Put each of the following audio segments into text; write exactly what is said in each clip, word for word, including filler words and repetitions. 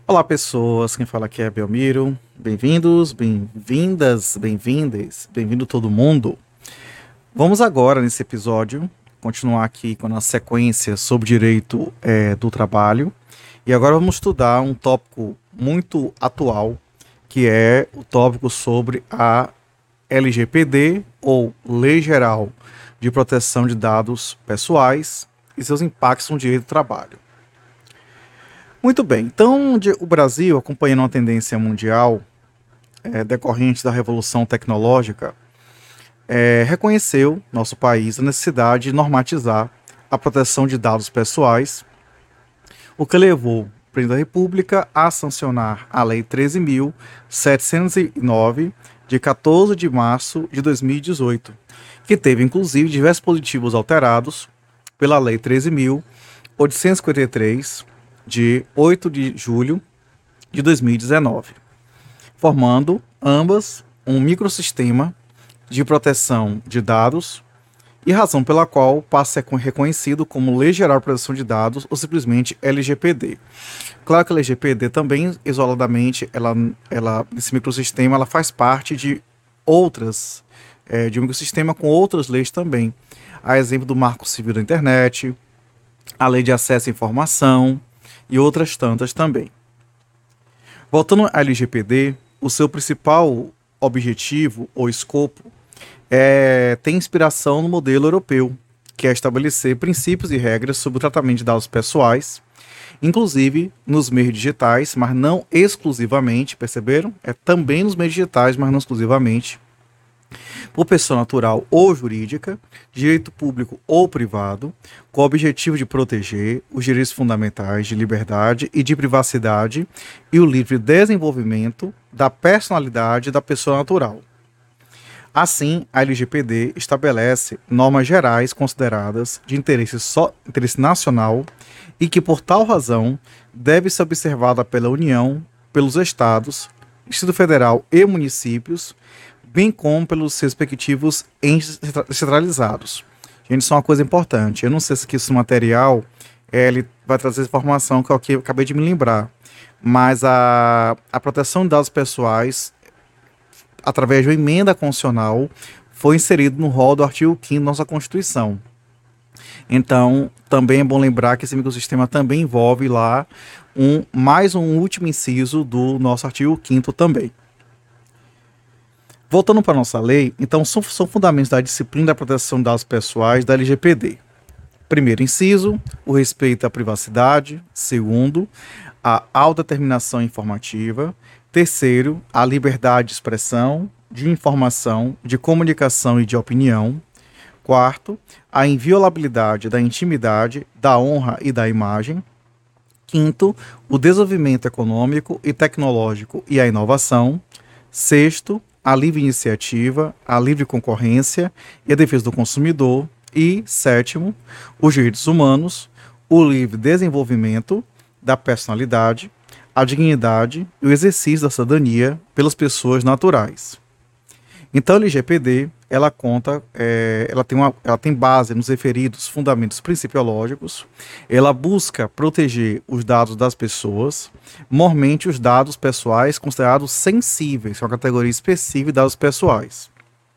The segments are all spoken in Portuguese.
Olá, pessoas. Quem fala aqui é Belmiro. Bem-vindos, bem-vindas, bem-vindes, bem-vindo todo mundo. Vamos agora, nesse episódio, continuar aqui com a nossa sequência sobre direito é, do trabalho. E agora vamos estudar um tópico muito atual, que é o tópico sobre a L G P D, ou Lei Geral de Proteção de Dados Pessoais, e seus impactos no direito do trabalho. Muito bem, então o Brasil, acompanhando uma tendência mundial é, decorrente da revolução tecnológica, é, reconheceu, nosso país, a necessidade de normatizar a proteção de dados pessoais, o que levou o presidente da República a sancionar a Lei treze mil setecentos e nove, de quatorze de março de dois mil e dezoito, que teve inclusive diversos dispositivos alterados pela Lei treze mil oitocentos e cinquenta e três, de oito de julho de dois mil e dezenove, formando ambas um microsistema de proteção de dados, e razão pela qual passa a ser reconhecido como Lei Geral de Proteção de Dados, ou simplesmente L G P D. Claro que a L G P D também, isoladamente, ela, ela, esse microsistema ela faz parte de outras, é, de um microsistema com outras leis também. A exemplo do Marco Civil da Internet, a Lei de Acesso à Informação, e outras tantas também. Voltando à L G P D, o seu principal objetivo ou escopo é ter inspiração no modelo europeu, que é estabelecer princípios e regras sobre o tratamento de dados pessoais, inclusive nos meios digitais, mas não exclusivamente, perceberam? É também nos meios digitais, mas não exclusivamente, por pessoa natural ou jurídica, direito público ou privado, com o objetivo de proteger os direitos fundamentais de liberdade e de privacidade e o livre desenvolvimento da personalidade da pessoa natural. Assim, a L G P D estabelece normas gerais consideradas de interesse, só, interesse nacional e que, por tal razão, deve ser observada pela União, pelos Estados, Distrito Federal e municípios, bem como pelos respectivos entes descentralizados. Gente, isso é uma coisa importante. Eu não sei se esse material é, ele vai trazer informação que eu, que eu acabei de me lembrar, mas a, a proteção de dados pessoais, através de uma emenda constitucional, foi inserido no rol do artigo quinto da nossa Constituição. Então, também é bom lembrar que esse microsistema também envolve lá um, mais um último inciso do nosso artigo quinto também. Voltando para a nossa lei, então são, são fundamentos da disciplina da proteção de dados pessoais da L G P D. Primeiro inciso, o respeito à privacidade. Segundo, a autodeterminação informativa. Terceiro, a liberdade de expressão, de informação, de comunicação e de opinião. Quarto, a inviolabilidade da intimidade, da honra e da imagem. Quinto, o desenvolvimento econômico e tecnológico e a inovação. Sexto, a livre iniciativa, a livre concorrência e a defesa do consumidor. E, sétimo, os direitos humanos, o livre desenvolvimento da personalidade, a dignidade e o exercício da cidadania pelas pessoas naturais. Então, a L G P D, ela conta, é, ela, tem uma, ela tem base nos referidos fundamentos principiológicos, ela busca proteger os dados das pessoas, mormente os dados pessoais considerados sensíveis, é uma categoria específica de dados pessoais.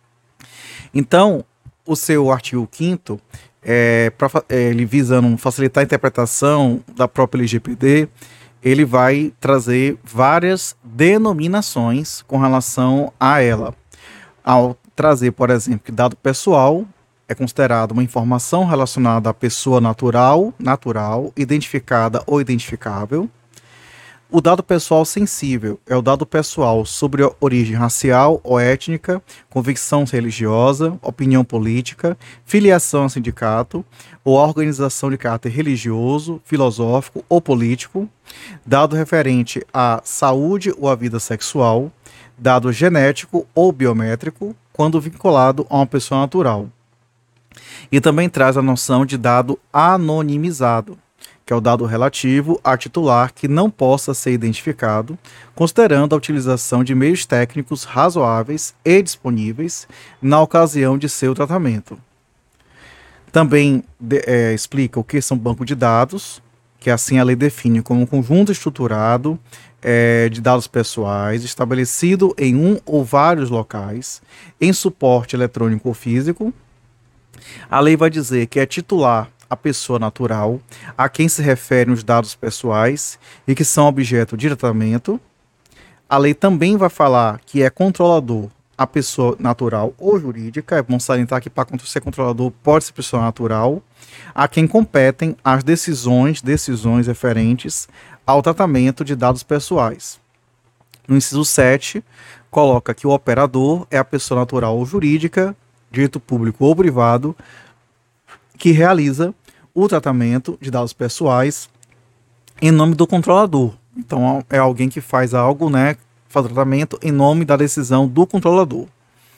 Então, o seu artigo quinto, é, pra, é, ele visando facilitar a interpretação da própria L G P D, ele vai trazer várias denominações com relação a ela. Ao trazer, por exemplo, que dado pessoal é considerado uma informação relacionada à pessoa natural, natural, identificada ou identificável. O dado pessoal sensível é o dado pessoal sobre a origem racial ou étnica, convicção religiosa, opinião política, filiação a sindicato ou a organização de caráter religioso, filosófico ou político, dado referente à saúde ou à vida sexual, dado genético ou biométrico, quando vinculado a uma pessoa natural. E também traz a noção de dado anonimizado, que é o dado relativo a titular que não possa ser identificado, considerando a utilização de meios técnicos razoáveis e disponíveis na ocasião de seu tratamento. Também de, é, explica o que são bancos de dados, que que assim a lei define como um conjunto estruturado é, de dados pessoais estabelecido em um ou vários locais, em suporte eletrônico ou físico. A lei vai dizer que é titular a pessoa natural a quem se referem os dados pessoais e que são objeto de tratamento. A lei também vai falar que é controlador a pessoa natural ou jurídica. É bom salientar que para ser controlador pode ser pessoa natural, a quem competem as decisões, decisões referentes ao tratamento de dados pessoais. No inciso sete, coloca que o operador é a pessoa natural ou jurídica, direito público ou privado, que realiza o tratamento de dados pessoais em nome do controlador. Então é alguém que faz algo, né, faz o tratamento em nome da decisão do controlador.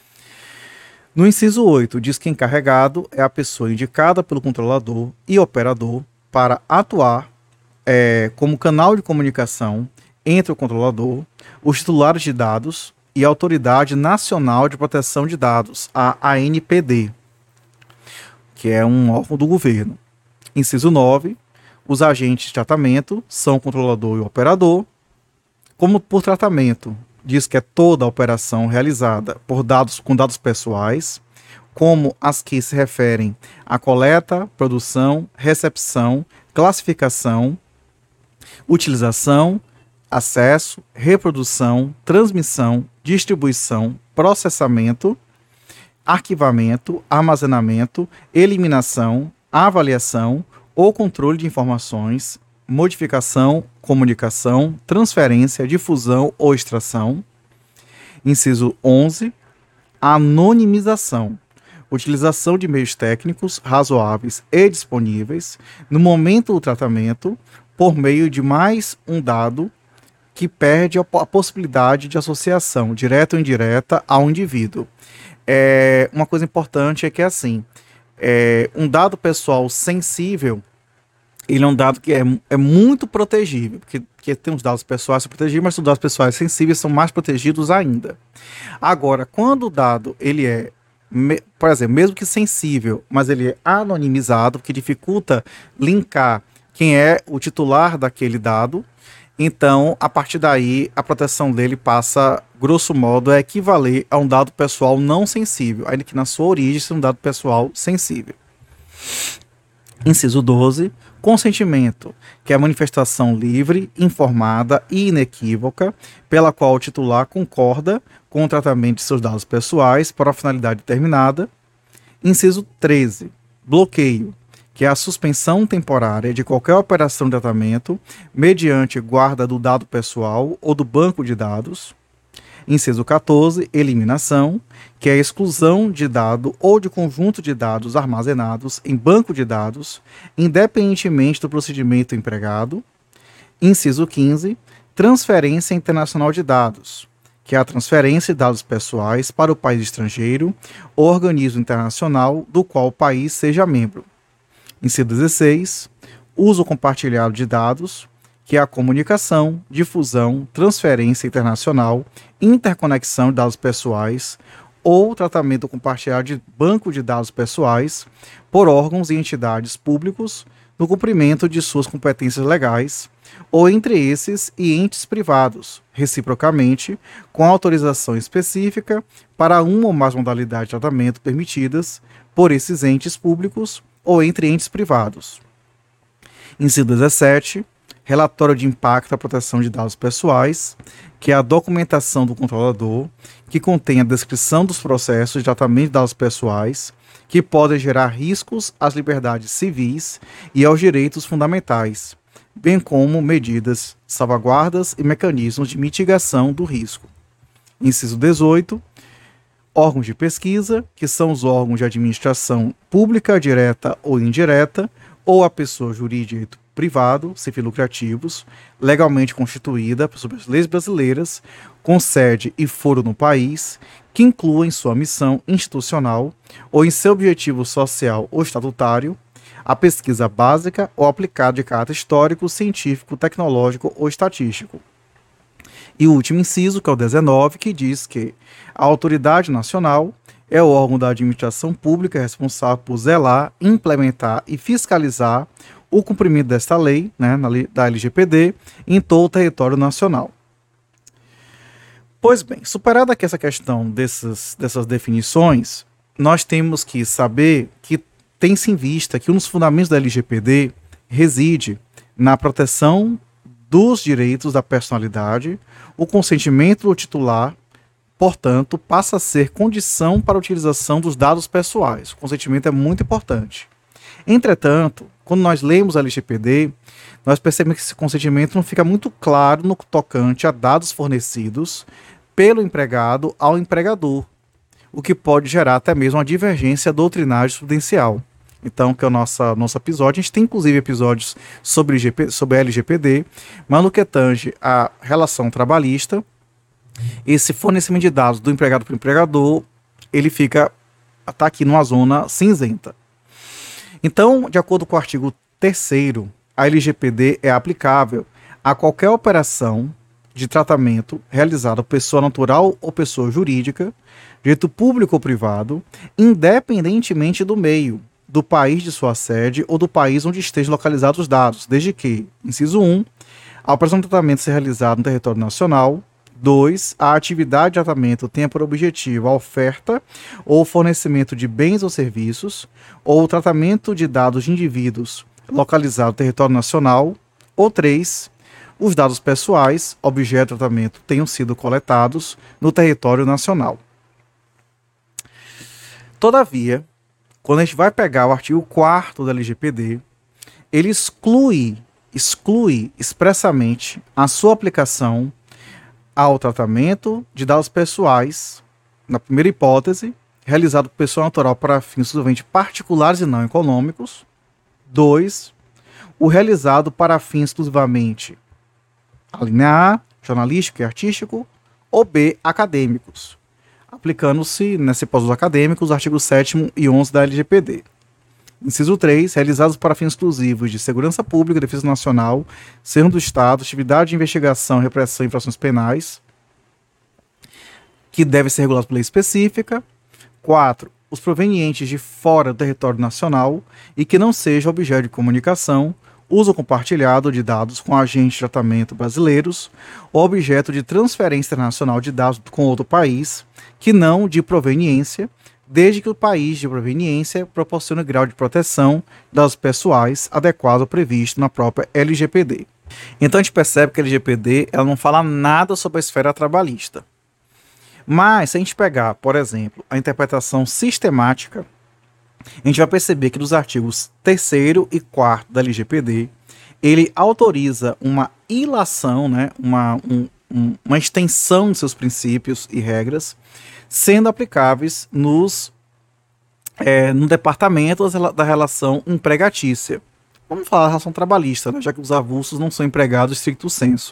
No inciso oito, diz que encarregado é a pessoa indicada pelo controlador e operador para atuar é, como canal de comunicação entre o controlador, os titulares de dados e a Autoridade Nacional de Proteção de Dados, a A N P D, que é um órgão do governo. Inciso nove, os agentes de tratamento são o controlador e o operador. Como por tratamento, diz que é toda a operação realizada por dados com dados pessoais, como as que se referem à coleta, produção, recepção, classificação, utilização, acesso, reprodução, transmissão, distribuição, processamento, arquivamento, armazenamento, eliminação, avaliação ou controle de informações, modificação, comunicação, transferência, difusão ou extração. Inciso onze, anonimização. Utilização de meios técnicos razoáveis e disponíveis no momento do tratamento por meio de mais um dado que perde a possibilidade de associação direta ou indireta ao indivíduo. É, uma coisa importante é que assim, é, um dado pessoal sensível, ele é um dado que é, é muito protegível, porque, porque tem os dados pessoais são protegidos, mas os dados pessoais sensíveis são mais protegidos ainda. Agora, quando o dado, ele é, me, por exemplo, mesmo que sensível, mas ele é anonimizado, que dificulta linkar quem é o titular daquele dado, então, a partir daí, a proteção dele passa, grosso modo, a equivaler a um dado pessoal não sensível, ainda que na sua origem seja um dado pessoal sensível. Inciso doze, consentimento, que é a manifestação livre, informada e inequívoca, pela qual o titular concorda com o tratamento de seus dados pessoais para uma finalidade determinada. Inciso treze, bloqueio, que é a suspensão temporária de qualquer operação de tratamento mediante guarda do dado pessoal ou do banco de dados. Inciso quatorze, eliminação, que é a exclusão de dado ou de conjunto de dados armazenados em banco de dados, independentemente do procedimento empregado. Inciso quinze, transferência internacional de dados, que é a transferência de dados pessoais para o país estrangeiro ou organismo internacional do qual o país seja membro. Inciso dezesseis, uso compartilhado de dados, que é a comunicação, difusão, transferência internacional, interconexão de dados pessoais ou tratamento compartilhado de banco de dados pessoais por órgãos e entidades públicos no cumprimento de suas competências legais ou entre esses e entes privados, reciprocamente, com autorização específica para uma ou mais modalidades de tratamento permitidas por esses entes públicos ou entre entes privados. Inciso dezessete, relatório de impacto à proteção de dados pessoais, que é a documentação do controlador, que contém a descrição dos processos de tratamento de dados pessoais, que podem gerar riscos às liberdades civis e aos direitos fundamentais, bem como medidas, salvaguardas e mecanismos de mitigação do risco. Inciso dezoito, órgãos de pesquisa, que são os órgãos de administração pública, direta ou indireta, ou a pessoa jurídica privado, sem fins lucrativos, legalmente constituída pelas leis brasileiras, com sede e foro no país, que inclua em sua missão institucional ou em seu objetivo social ou estatutário a pesquisa básica ou aplicada de caráter histórico, científico, tecnológico ou estatístico. E o último inciso, que é o dezenove, que diz que a autoridade nacional é o órgão da administração pública responsável por zelar, implementar e fiscalizar o cumprimento desta lei, né, na lei da L G P D, em todo o território nacional. Pois bem, superada aqui essa questão dessas, dessas definições, nós temos que saber que tem-se em vista que um dos fundamentos da L G P D reside na proteção dos direitos da personalidade. O consentimento do titular, portanto, passa a ser condição para a utilização dos dados pessoais. O consentimento é muito importante. Entretanto, quando nós lemos a L G P D, nós percebemos que esse consentimento não fica muito claro no tocante a dados fornecidos pelo empregado ao empregador, o que pode gerar até mesmo uma divergência doutrinária e jurisprudencial. Então, que é o nosso, nosso episódio, a gente tem inclusive episódios sobre, I G P, sobre a L G P D, mas no que tange a relação trabalhista, esse fornecimento de dados do empregado para o empregador, ele fica, tá aqui numa zona cinzenta. Então, de acordo com o artigo terceiro, a L G P D é aplicável a qualquer operação de tratamento realizada por pessoa natural ou pessoa jurídica, direito público ou privado, independentemente do meio, do país de sua sede ou do país onde estejam localizados os dados, desde que, inciso um, a operação de tratamento seja realizada no território nacional. dois. A atividade de tratamento tenha por objetivo a oferta ou fornecimento de bens ou serviços, ou o tratamento de dados de indivíduos localizados no território nacional. Ou três. Os dados pessoais, objeto de tratamento, tenham sido coletados no território nacional. Todavia, quando a gente vai pegar o artigo quarto da L G P D, ele exclui, exclui expressamente a sua aplicação ao tratamento de dados pessoais, na primeira hipótese, realizado por pessoa natural para fins exclusivamente particulares e não econômicos. dois. O realizado para fins exclusivamente, a linha A, jornalístico e artístico, ou B, acadêmicos, aplicando-se, nesse pós acadêmico, os artigos sétimo e onze da L G P D. Inciso três. Realizados para fins exclusivos de segurança pública, defesa nacional, sendo do Estado, atividade de investigação, repressão e infrações penais, que deve ser regulado por lei específica. quatro. Os provenientes de fora do território nacional e que não seja objeto de comunicação, uso compartilhado de dados com agentes de tratamento brasileiros ou objeto de transferência internacional de dados com outro país, que não de proveniência, desde que o país de proveniência proporcione grau de proteção de dados pessoais adequado ao previsto na própria L G P D. Então a gente percebe que a L G P D ela não fala nada sobre a esfera trabalhista. Mas se a gente pegar, por exemplo, a interpretação sistemática, a gente vai perceber que dos artigos terceiro e quarto da L G P D, ele autoriza uma ilação, né, uma, um, um, uma extensão de seus princípios e regras, sendo aplicáveis nos, é, no departamento da relação empregatícia. Vamos falar da relação trabalhista, né, já que os avulsos não são empregados stricto sensu.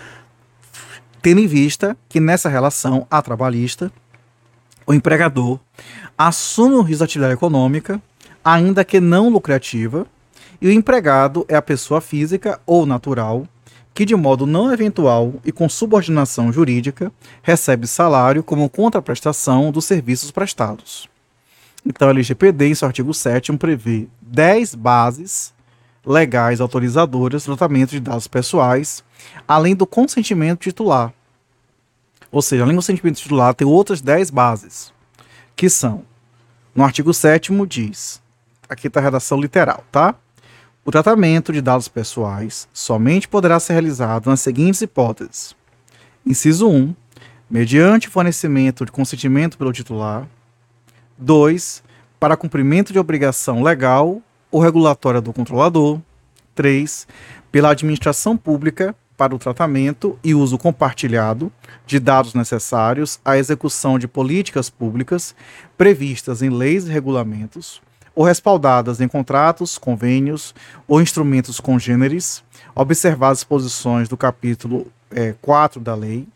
Tendo em vista que nessa relação a trabalhista, o empregador assume o risco da atividade econômica, ainda que não lucrativa, e o empregado é a pessoa física ou natural que, de modo não eventual e com subordinação jurídica, recebe salário como contraprestação dos serviços prestados. Então, a L G P D, em seu artigo sétimo, prevê dez bases legais autorizadoras do tratamento de dados pessoais, além do consentimento titular. Ou seja, além do consentimento titular, tem outras dez bases, que são, no artigo sétimo diz, aqui está a redação literal, tá? O tratamento de dados pessoais somente poderá ser realizado nas seguintes hipóteses. Inciso um, mediante fornecimento de consentimento pelo titular. dois, para cumprimento de obrigação legal ou regulatória do controlador. três, pela administração pública para o tratamento e uso compartilhado de dados necessários à execução de políticas públicas previstas em leis e regulamentos, ou respaldadas em contratos, convênios ou instrumentos congêneres, observadas as posições do capítulo é, quatro da lei.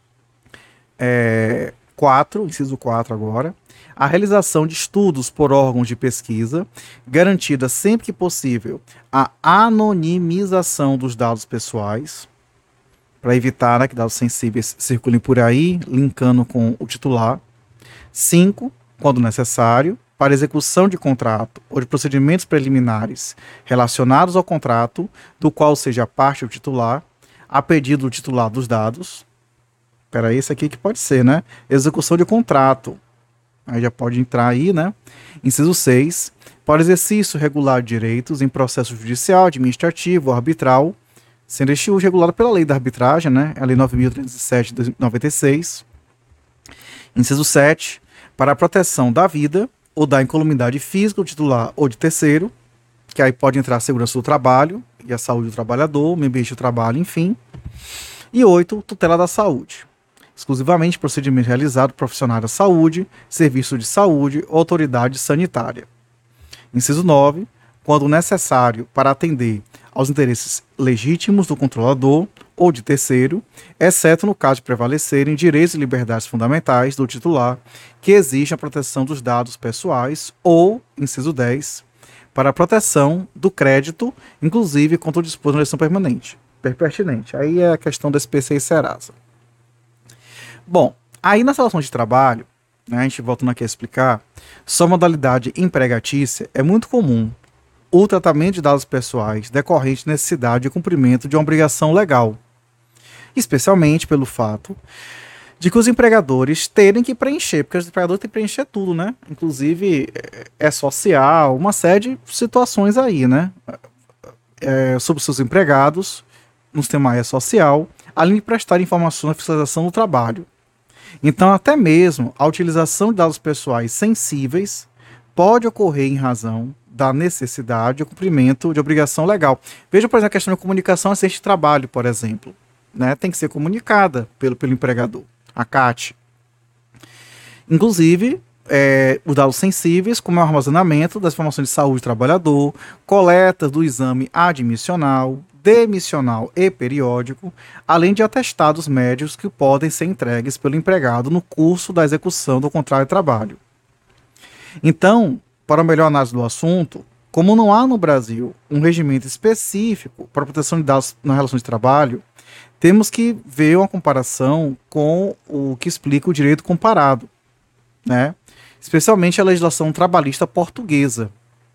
É, quatro, inciso quatro agora. A realização de estudos por órgãos de pesquisa, garantida sempre que possível a anonimização dos dados pessoais, para evitar, né, que dados sensíveis circulem por aí, linkando com o titular. cinco, quando necessário, para execução de contrato ou de procedimentos preliminares relacionados ao contrato, do qual seja parte o titular, a pedido do titular dos dados. Espera aí, esse aqui que pode ser, né? Execução de contrato. Aí já pode entrar aí, né? Inciso seis. Para exercício regular de direitos em processo judicial, administrativo ou arbitral, sendo este uso regulado pela lei da arbitragem, né? A lei nove mil trezentos e sete de noventa e seis. Inciso sete. Para a proteção da vida ou da incolumidade física do titular ou de terceiro, que aí pode entrar a segurança do trabalho e a saúde do trabalhador, o meio ambiente do trabalho, enfim. E oito. Tutela da saúde. Exclusivamente procedimento realizado por profissional da saúde, serviço de saúde ou autoridade sanitária. Inciso nove. Quando necessário para atender aos interesses legítimos do controlador ou de terceiro, exceto no caso de prevalecerem direitos e liberdades fundamentais do titular que exigem a proteção dos dados pessoais ou, inciso dez, para a proteção do crédito, inclusive contra o dispor de eleição permanente. Pertinente. Aí é a questão do S P C e Serasa. Bom, aí nas relações de trabalho, né, a gente voltando aqui a explicar, sua modalidade empregatícia é muito comum o tratamento de dados pessoais decorrente de necessidade de cumprimento de uma obrigação legal, especialmente pelo fato de que os empregadores terem que preencher, porque os empregadores têm que preencher tudo, né? Inclusive é social, uma série de situações aí, né? É, sobre os seus empregados, no sistema é social, além de prestar informações na fiscalização do trabalho. Então, até mesmo a utilização de dados pessoais sensíveis pode ocorrer em razão da necessidade de cumprimento de obrigação legal. Veja, por exemplo, a questão da comunicação assistente de trabalho, por exemplo. Né? Tem que ser comunicada pelo, pelo empregador, a C A T. Inclusive, é, os dados sensíveis, como é o armazenamento das informações de saúde do trabalhador, coleta do exame admissional, demissional e periódico, além de atestados médicos que podem ser entregues pelo empregado no curso da execução do contrato de trabalho. Então, para a melhor análise do assunto, como não há no Brasil um regimento específico para a proteção de dados na relação de trabalho, temos que ver uma comparação com o que explica o direito comparado, né? Especialmente a legislação trabalhista portuguesa.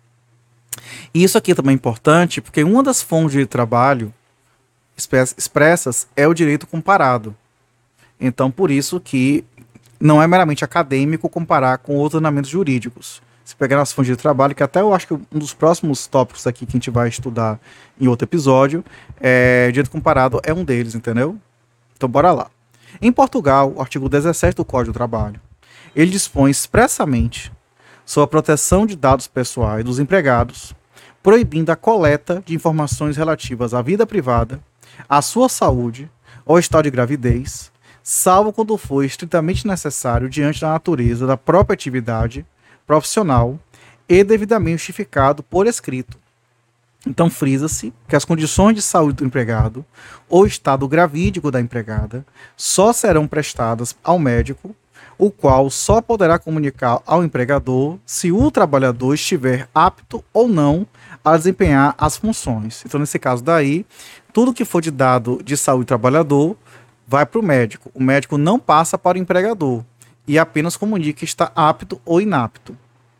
E isso aqui também é importante porque uma das fontes de trabalho expressas é o direito comparado. Então, por isso que não é meramente acadêmico comparar com outros ordenamentos jurídicos. Se pegar nas fontes de trabalho, que até eu acho que um dos próximos tópicos aqui que a gente vai estudar em outro episódio, é, direito comparado é um deles, entendeu? Então, bora lá. Em Portugal, o artigo dezessete do Código do Trabalho, ele dispõe expressamente sobre a proteção de dados pessoais dos empregados, proibindo a coleta de informações relativas à vida privada, à sua saúde ou estado de gravidez, salvo quando for estritamente necessário diante da natureza da própria atividade profissional e devidamente justificado por escrito. Então, frisa-se que as condições de saúde do empregado ou estado gravídico da empregada só serão prestadas ao médico, o qual só poderá comunicar ao empregador se o trabalhador estiver apto ou não a desempenhar as funções. Então, nesse caso daí, tudo que for de dado de saúde do trabalhador vai para o médico. O médico não passa para o empregador e apenas comunica que está apto ou inapto.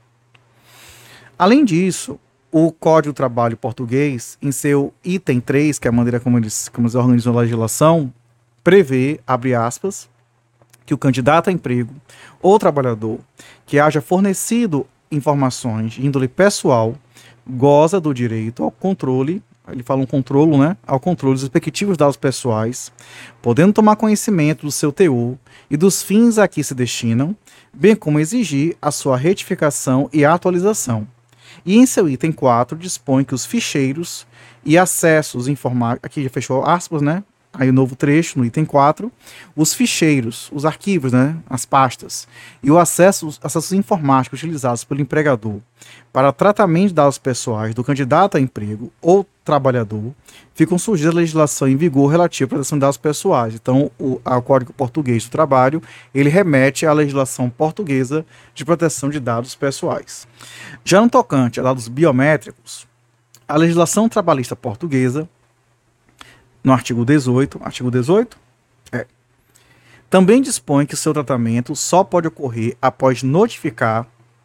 Além disso, o Código do Trabalho português, em seu item três, que é a maneira como eles, como eles organizam a legislação, prevê, abre aspas, que o candidato a emprego ou trabalhador que haja fornecido informações de índole pessoal goza do direito ao controle, ele fala um controle, né, ao controle dos respectivos dados pessoais, podendo tomar conhecimento do seu teor e dos fins a que se destinam, bem como exigir a sua retificação e atualização. E em seu item quatro dispõe que os ficheiros e acessos informáticos, aqui já fechou aspas, né? Aí o novo trecho, no item quatro, os ficheiros, os arquivos, né, as pastas, e o acesso, os acessos informáticos utilizados pelo empregador para tratamento de dados pessoais do candidato a emprego ou trabalhador ficam sujeitos à legislação em vigor relativa à proteção de dados pessoais. Então, o, o Código Português do Trabalho, ele remete à legislação portuguesa de proteção de dados pessoais. Já no tocante a dados biométricos, a legislação trabalhista portuguesa, no artigo dezoito, artigo dezoito, é, também dispõe que seu tratamento só pode ocorrer após notificar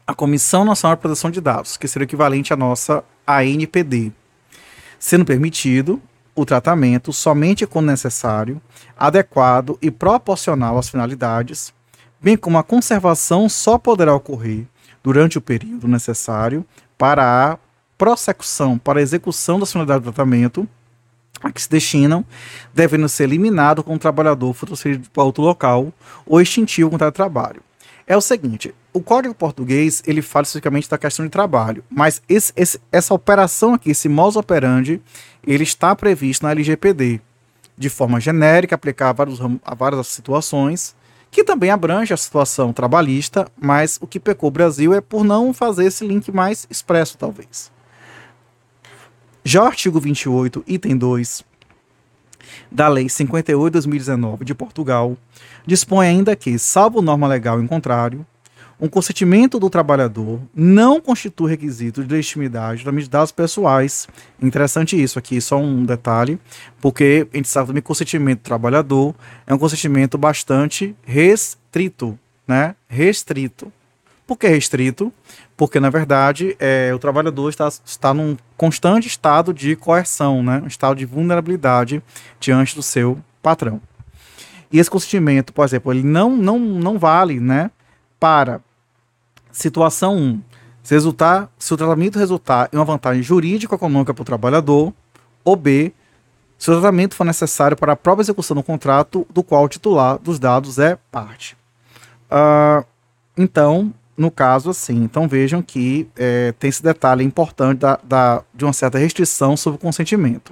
a Comissão Nacional de Proteção de Dados, que seria o equivalente à nossa A N P D, sendo permitido o tratamento somente quando necessário, adequado e proporcional às finalidades, bem como a conservação só poderá ocorrer durante o período necessário para a prossecução, para a execução das finalidades do tratamento a que se destinam, devendo ser eliminado quando o trabalhador for transferido para outro local ou extintivo o contrato de trabalho. É o seguinte, o Código Português, ele fala especificamente da questão de trabalho, mas esse, esse, essa operação aqui, esse modus operandi, ele está previsto na L G P D, de forma genérica, aplicar a, vários, a várias situações, que também abrange a situação trabalhista, mas o que pecou o Brasil é por não fazer esse link mais expresso, talvez. Já o artigo vinte e oito, item dois, da Lei cinquenta e oito de dois mil e dezenove de Portugal, dispõe ainda que, salvo norma legal em contrário, um consentimento do trabalhador não constitui requisito de legitimidade de dados pessoais. Interessante isso aqui, só um detalhe, porque a gente sabe também que o consentimento do trabalhador é um consentimento bastante restrito, né? Restrito. Por que restrito? Porque, na verdade, é, o trabalhador está, está num constante estado de coerção, né? Um estado de vulnerabilidade diante do seu patrão. E esse consentimento, por exemplo, ele não, não, não vale, né, para situação um, se, resultar, se o tratamento resultar em uma vantagem jurídica ou econômica para o trabalhador, ou B, se o tratamento for necessário para a própria execução do contrato do qual o titular dos dados é parte. Uh, então, no caso, assim, então vejam que é, tem esse detalhe importante da, da, de uma certa restrição sobre o consentimento.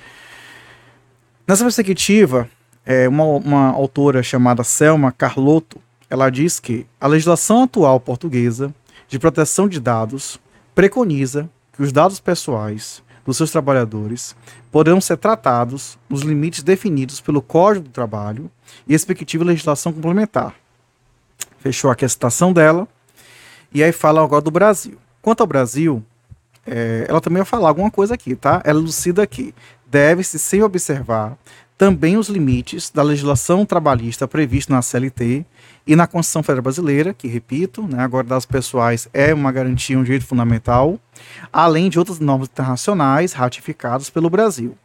Nessa perspectiva, é, uma, uma autora chamada Selma Carlotto, ela diz que a legislação atual portuguesa de proteção de dados preconiza que os dados pessoais dos seus trabalhadores poderão ser tratados nos limites definidos pelo Código do Trabalho e respectiva legislação complementar. Fechou aqui a citação dela. E aí fala agora do Brasil. Quanto ao Brasil, é, ela também vai falar alguma coisa aqui, tá? Ela elucida aqui. Deve-se sem observar também os limites da legislação trabalhista prevista na C L T e na Constituição Federal Brasileira, que, repito, né, agora dados pessoais é uma garantia, um direito fundamental, além de outras normas internacionais ratificadas pelo Brasil.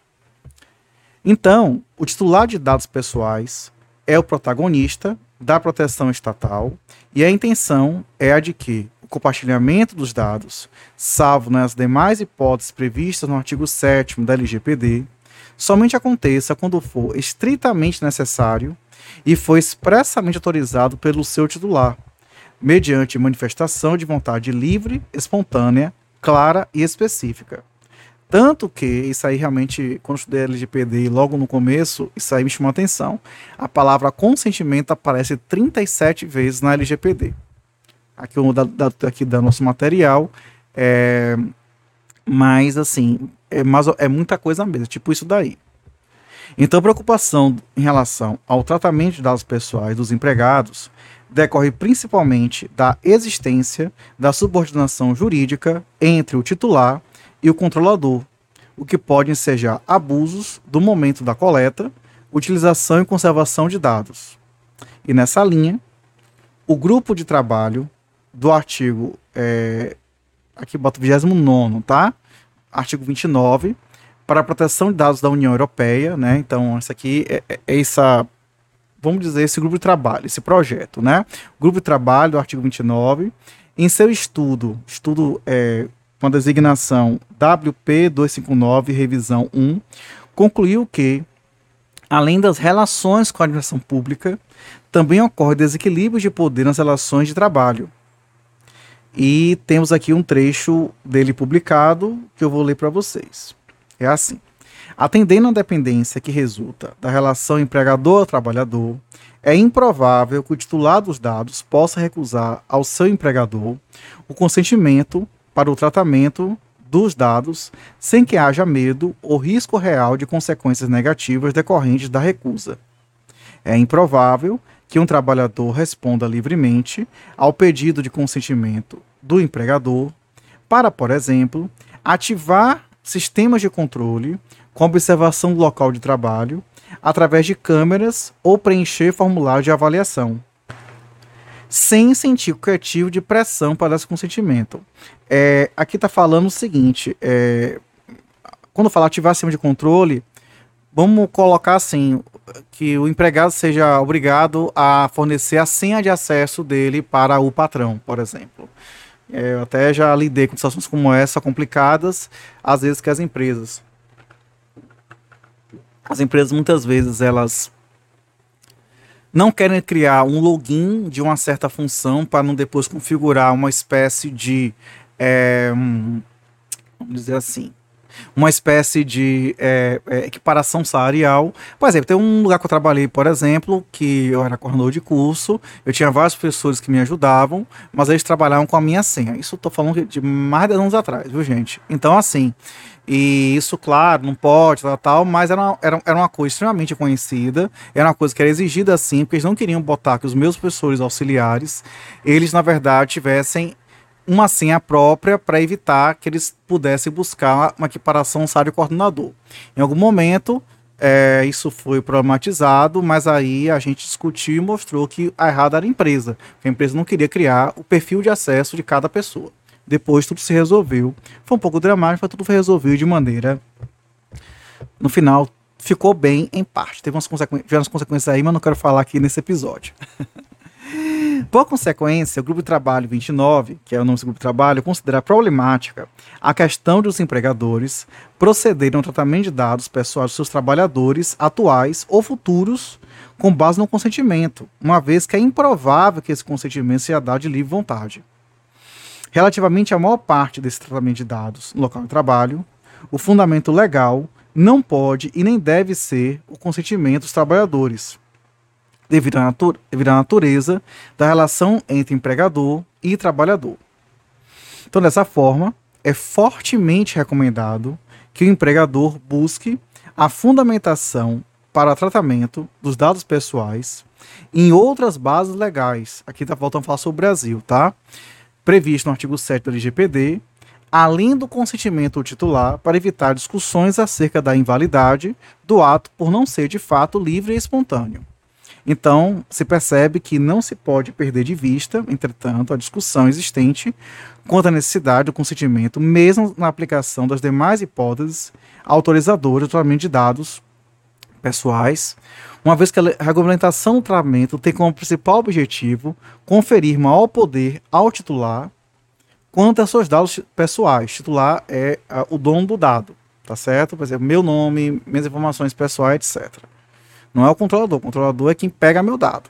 Então, o titular de dados pessoais é o protagonista da proteção estatal e a intenção é a de que o compartilhamento dos dados, salvo nas demais hipóteses previstas no artigo sétimo da L G P D, somente aconteça quando for estritamente necessário e for expressamente autorizado pelo seu titular, mediante manifestação de vontade livre, espontânea, clara e específica. Tanto que, isso aí realmente, quando eu estudei L G P D logo no começo, isso aí me chamou a atenção. A palavra consentimento aparece trinta e sete vezes na L G P D. Aqui o da, da, aqui da nosso material, é, mas assim, é, mas é muita coisa mesmo, tipo isso daí. Então, a preocupação em relação ao tratamento de dados pessoais dos empregados decorre principalmente da existência da subordinação jurídica entre o titular e o controlador, o que pode ensejar abusos do momento da coleta, utilização e conservação de dados. E nessa linha, o grupo de trabalho do artigo, é, aqui bota o vigésimo nono, tá? Artigo vinte e nove, para a proteção de dados da União Europeia, né? Então, isso aqui é, é, é essa, vamos dizer, esse grupo de trabalho, esse projeto, né? Grupo de trabalho do artigo vinte e nove, em seu estudo, estudo é, com a designação W P duzentos e cinquenta e nove, revisão um, concluiu que, além das relações com a administração pública, também ocorre desequilíbrio de poder nas relações de trabalho. E temos aqui um trecho dele publicado que eu vou ler para vocês. É assim: atendendo à dependência que resulta da relação empregador-trabalhador, é improvável que o titular dos dados possa recusar ao seu empregador o consentimento para o tratamento dos dados sem que haja medo ou risco real de consequências negativas decorrentes da recusa. É improvável que um trabalhador responda livremente ao pedido de consentimento do empregador para, por exemplo, ativar sistemas de controle com observação do local de trabalho através de câmeras ou preencher formulário de avaliação. sem sentir qualquer tipo de pressão para esse consentimento. É, aqui está falando o seguinte, é, quando falar ativar sistema de controle, vamos colocar assim, que o empregado seja obrigado a fornecer a senha de acesso dele para o patrão, por exemplo. É, eu até já lidei com situações como essa, complicadas, às vezes que as empresas. As empresas muitas vezes elas não querem criar um login de uma certa função para não depois configurar uma espécie de, é, um, vamos dizer assim, uma espécie de é, é, equiparação salarial. Por exemplo, tem um lugar que eu trabalhei, por exemplo, que eu era coordenador de curso, eu tinha vários professores que me ajudavam, mas eles trabalhavam com a minha senha. Isso eu tô falando de mais de dez anos atrás, viu, gente? Então, assim, e isso, claro, não pode, tal, tal, mas era uma, era, era uma coisa extremamente conhecida, era uma coisa que era exigida assim, porque eles não queriam botar que os meus professores auxiliares, eles, na verdade, tivessem uma senha própria para evitar que eles pudessem buscar uma equiparação salário-coordenador. Em algum momento, é, isso foi problematizado, mas aí a gente discutiu e mostrou que a errada era a empresa, que a empresa não queria criar o perfil de acesso de cada pessoa. Depois tudo se resolveu. Foi um pouco dramático, mas tudo foi resolvido de maneira... No final, ficou bem em parte. Teve umas, consequ... umas consequências aí, mas não quero falar aqui nesse episódio. Por consequência, o Grupo de Trabalho vinte e nove, que é o nome do Grupo de Trabalho, considera problemática a questão dos empregadores procederem ao tratamento de dados pessoais dos seus trabalhadores atuais ou futuros com base no consentimento, uma vez que é improvável que esse consentimento seja dado de livre vontade. Relativamente à maior parte desse tratamento de dados no local de trabalho, o fundamento legal não pode e nem deve ser o consentimento dos trabalhadores, devido à, natu- devido à natureza da relação entre empregador e trabalhador. Então, dessa forma, é fortemente recomendado que o empregador busque a fundamentação para tratamento dos dados pessoais em outras bases legais. Aqui está voltando a falar sobre o Brasil, tá? Previsto no artigo sete do L G P D, além do consentimento do titular para evitar discussões acerca da invalidade do ato por não ser de fato livre e espontâneo. Então, se percebe que não se pode perder de vista, entretanto, a discussão existente quanto à necessidade do consentimento, mesmo na aplicação das demais hipóteses autorizadoras do tratamento de dados pessoais, uma vez que a regulamentação do tratamento tem como principal objetivo conferir maior poder ao titular quanto a seus dados pessoais. Titular é uh, o dono do dado, tá certo? Por exemplo, meu nome, minhas informações pessoais, etcétera. Não é o controlador, o controlador é quem pega meu dado.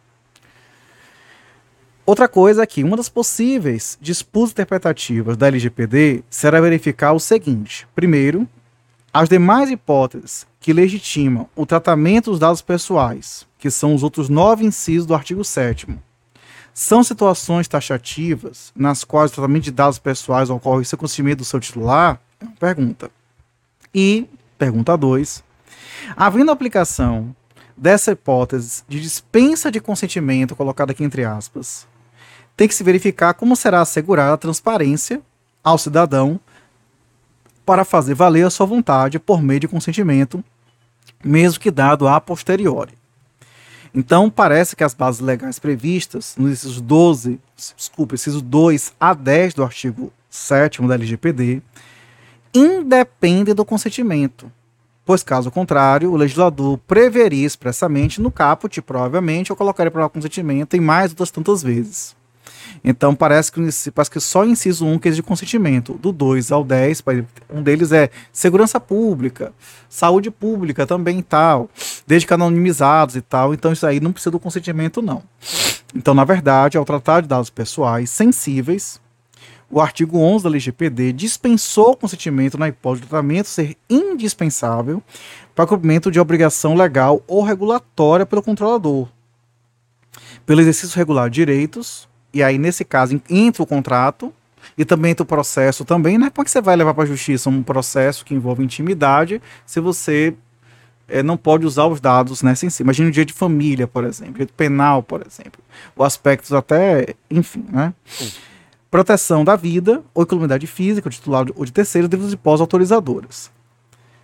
Outra coisa é que uma das possíveis disputas interpretativas da L G P D será verificar o seguinte. Primeiro, as demais hipóteses que legitimam o tratamento dos dados pessoais, que são os outros nove incisos do artigo sétimo, são situações taxativas nas quais o tratamento de dados pessoais ocorre sem consentimento do seu titular? É uma pergunta. E, pergunta dois, havendo aplicação dessa hipótese de dispensa de consentimento, colocada aqui entre aspas, tem que se verificar como será assegurada a transparência ao cidadão para fazer valer a sua vontade por meio de consentimento, mesmo que dado a posteriori. Então, parece que as bases legais previstas nos incisos doze, desculpa, incisos dois a dez do artigo sétimo da L G P D independem do consentimento, pois, caso contrário, o legislador preveria expressamente no caput, provavelmente, eu colocaria para o consentimento em mais outras tantas vezes. Então, parece que, parece que só o inciso um que é de consentimento, do dois ao dez, um deles é segurança pública, saúde pública também e tal, desde que anonimizados e tal, então isso aí não precisa do consentimento, não. Então, na verdade, ao tratar de dados pessoais sensíveis, o artigo onze da L G P D dispensou o consentimento na hipótese de tratamento ser indispensável para o cumprimento de obrigação legal ou regulatória pelo controlador, pelo exercício regular de direitos. E aí, nesse caso, entra o contrato e também entra o processo também, né? Como é que você vai levar para a justiça um processo que envolve intimidade se você é, não pode usar os dados, né, sensíveis? Imagina o direito de família, por exemplo, direito penal, por exemplo. Ou aspectos até, enfim, né? Sim. Proteção da vida ou incolumidade física, ou de titular ou de terceiros, devido às hipóteses autorizadoras.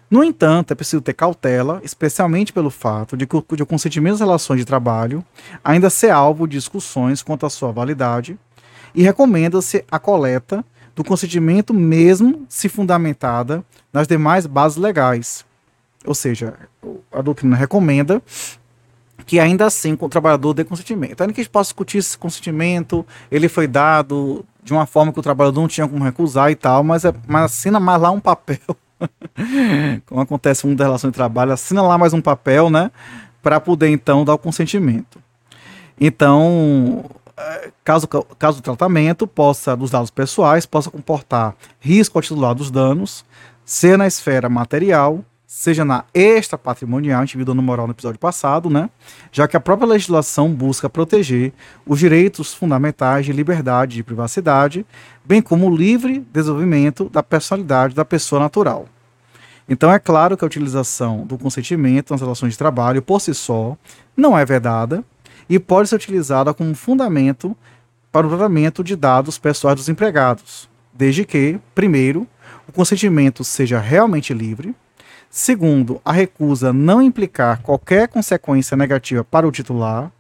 No entanto, é preciso ter cautela, especialmente pelo fato de que o, de o consentimento das relações de trabalho ainda ser alvo de discussões quanto à sua validade, e recomenda-se a coleta do consentimento mesmo se fundamentada nas demais bases legais. Ou seja, a doutrina recomenda que ainda assim o trabalhador dê consentimento. Ainda que a gente possa discutir esse consentimento, ele foi dado de uma forma que o trabalhador não tinha como recusar e tal, mas, é, mas assina mais lá um papel, como acontece no mundo da relação de trabalho, assina lá mais um papel, né, para poder então dar o consentimento. Então, caso, caso o tratamento possa, dos dados pessoais, possa comportar risco ao titular dos danos, seja na esfera material, seja na extrapatrimonial, a gente viu dano moral no episódio passado, né? Já que a própria legislação busca proteger os direitos fundamentais de liberdade e de privacidade, bem como o livre desenvolvimento da personalidade da pessoa natural. Então é claro que a utilização do consentimento nas relações de trabalho, por si só, não é vedada e pode ser utilizada como fundamento para o tratamento de dados pessoais dos empregados, desde que, primeiro, o consentimento seja realmente livre. Segundo, a recusa não implicar qualquer consequência negativa para o titular.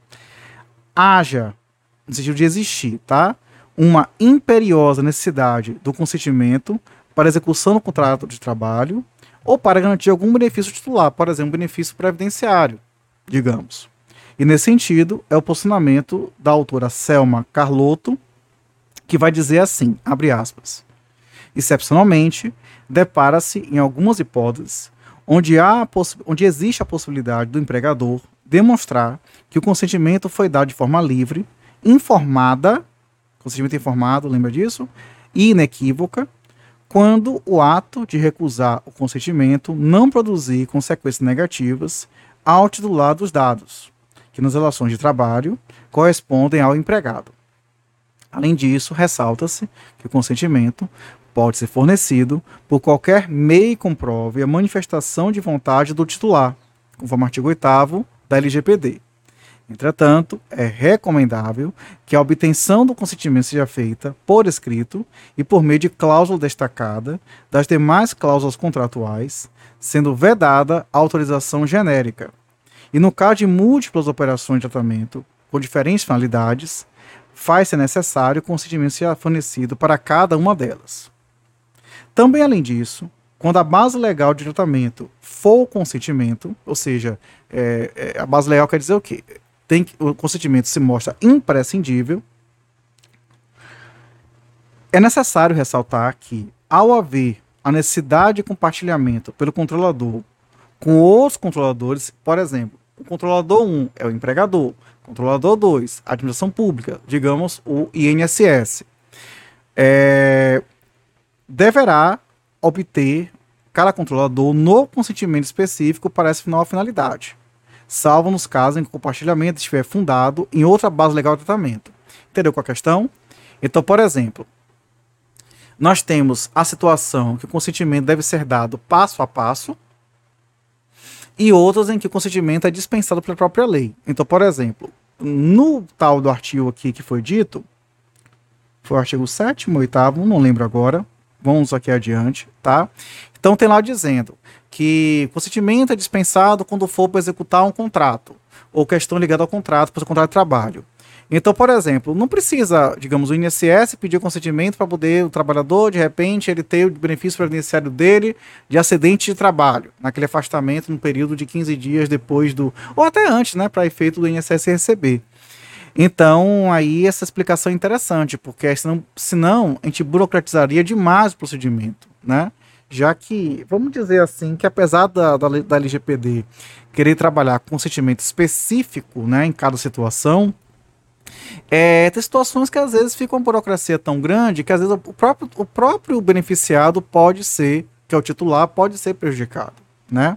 Haja, no sentido de existir, tá? Uma imperiosa necessidade do consentimento para execução do contrato de trabalho ou para garantir algum benefício titular, por exemplo, benefício previdenciário, digamos. E nesse sentido, é o posicionamento da autora Selma Carlotto, que vai dizer assim, abre aspas, excepcionalmente, depara-se em algumas hipóteses Onde, há onde existe a possibilidade do empregador demonstrar que o consentimento foi dado de forma livre, informada, consentimento informado, lembra disso? E inequívoca, quando o ato de recusar o consentimento não produzir consequências negativas ao titular dos dados, que nas relações de trabalho correspondem ao empregado. Além disso, ressalta-se que o consentimento pode ser fornecido por qualquer meio que comprove a manifestação de vontade do titular, conforme o artigo oitavo da L G P D. Entretanto, é recomendável que a obtenção do consentimento seja feita por escrito e por meio de cláusula destacada das demais cláusulas contratuais, sendo vedada a autorização genérica. E no caso de múltiplas operações de tratamento com diferentes finalidades, faz-se necessário o consentimento seja fornecido para cada uma delas. Também, além disso, quando a base legal de tratamento for o consentimento, ou seja, é, é, a base legal quer dizer o quê? Tem que, o consentimento se mostra imprescindível, é necessário ressaltar que, ao haver a necessidade de compartilhamento pelo controlador com outros controladores, por exemplo, o controlador um é o empregador, o controlador dois, a administração pública, digamos o I N S S, é... deverá obter cada controlador no consentimento específico para essa final finalidade, salvo nos casos em que o compartilhamento estiver fundado em outra base legal de tratamento. Entendeu qual a questão? Então, por exemplo, nós temos a situação que o consentimento deve ser dado passo a passo e outras em que o consentimento é dispensado pela própria lei. Então, por exemplo, no tal do artigo aqui que foi dito, foi o artigo sétimo, oitavo, não lembro agora, vamos aqui adiante, tá? Então tem lá dizendo que o consentimento é dispensado quando for para executar um contrato, ou questão ligada ao contrato, para o contrato de trabalho. Então, por exemplo, não precisa, digamos, o I N S S pedir consentimento para poder o trabalhador, de repente, ele ter o benefício previdenciário dele de acidente de trabalho, naquele afastamento no período de quinze dias depois do, ou até antes, né, para efeito do I N S S receber. Então, aí essa explicação é interessante, porque senão, senão a gente burocratizaria demais o procedimento, né? Já que, vamos dizer assim, que apesar da, da, da L G P D querer trabalhar com consentimento específico, né, em cada situação, é, tem situações que às vezes ficam uma burocracia tão grande que às vezes o próprio, o próprio beneficiado pode ser, que é o titular, pode ser prejudicado, né?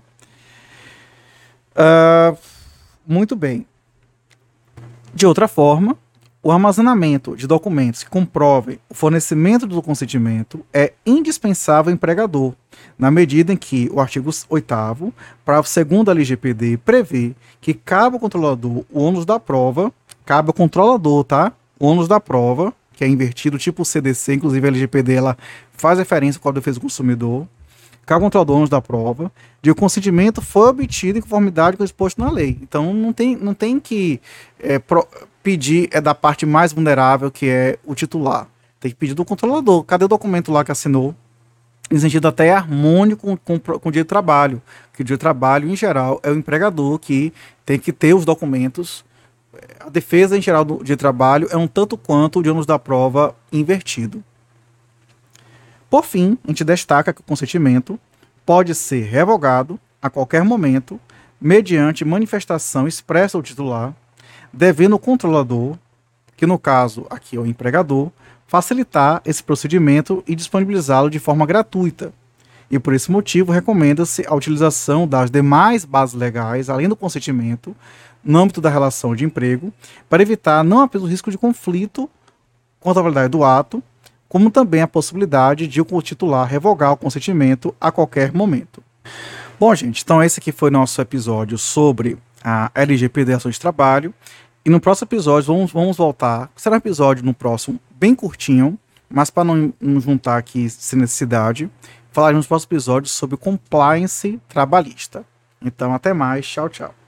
Uh, muito bem. De outra forma, o armazenamento de documentos que comprovem o fornecimento do consentimento é indispensável ao empregador, na medida em que o artigo oitavo, parágrafo segundo da L G P D, prevê que cabe ao controlador o ônus da prova, cabe ao controlador, tá? O ônus da prova, que é invertido, tipo o C D C, inclusive a L G P D ela faz referência ao Código de Defesa do Consumidor, cabe ao controlador ônus da prova de que o consentimento foi obtido em conformidade com o exposto na lei. Então não tem, não tem que é, pro, pedir é da parte mais vulnerável, que é o titular. Tem que pedir do controlador. Cadê o documento lá que assinou? Em sentido até harmônico com, com, com o dia de trabalho. Que o dia de trabalho, em geral, é o empregador que tem que ter os documentos. A defesa, em geral, do dia de trabalho é um tanto quanto o de ônus da prova invertido. Por fim, a gente destaca que o consentimento pode ser revogado a qualquer momento, mediante manifestação expressa ao titular, devendo o controlador, que no caso aqui é o empregador, facilitar esse procedimento e disponibilizá-lo de forma gratuita. E por esse motivo recomenda-se a utilização das demais bases legais, além do consentimento, no âmbito da relação de emprego, para evitar não apenas o risco de conflito quanto à validade do ato, como também a possibilidade de o titular revogar o consentimento a qualquer momento. Bom, gente, então esse aqui foi nosso episódio sobre a L G P D Ação de Trabalho. E no próximo episódio vamos, vamos voltar. Será um episódio no próximo bem curtinho, mas para não nos juntar aqui sem necessidade, falaremos no próximo episódio sobre compliance trabalhista. Então, até mais. Tchau, tchau.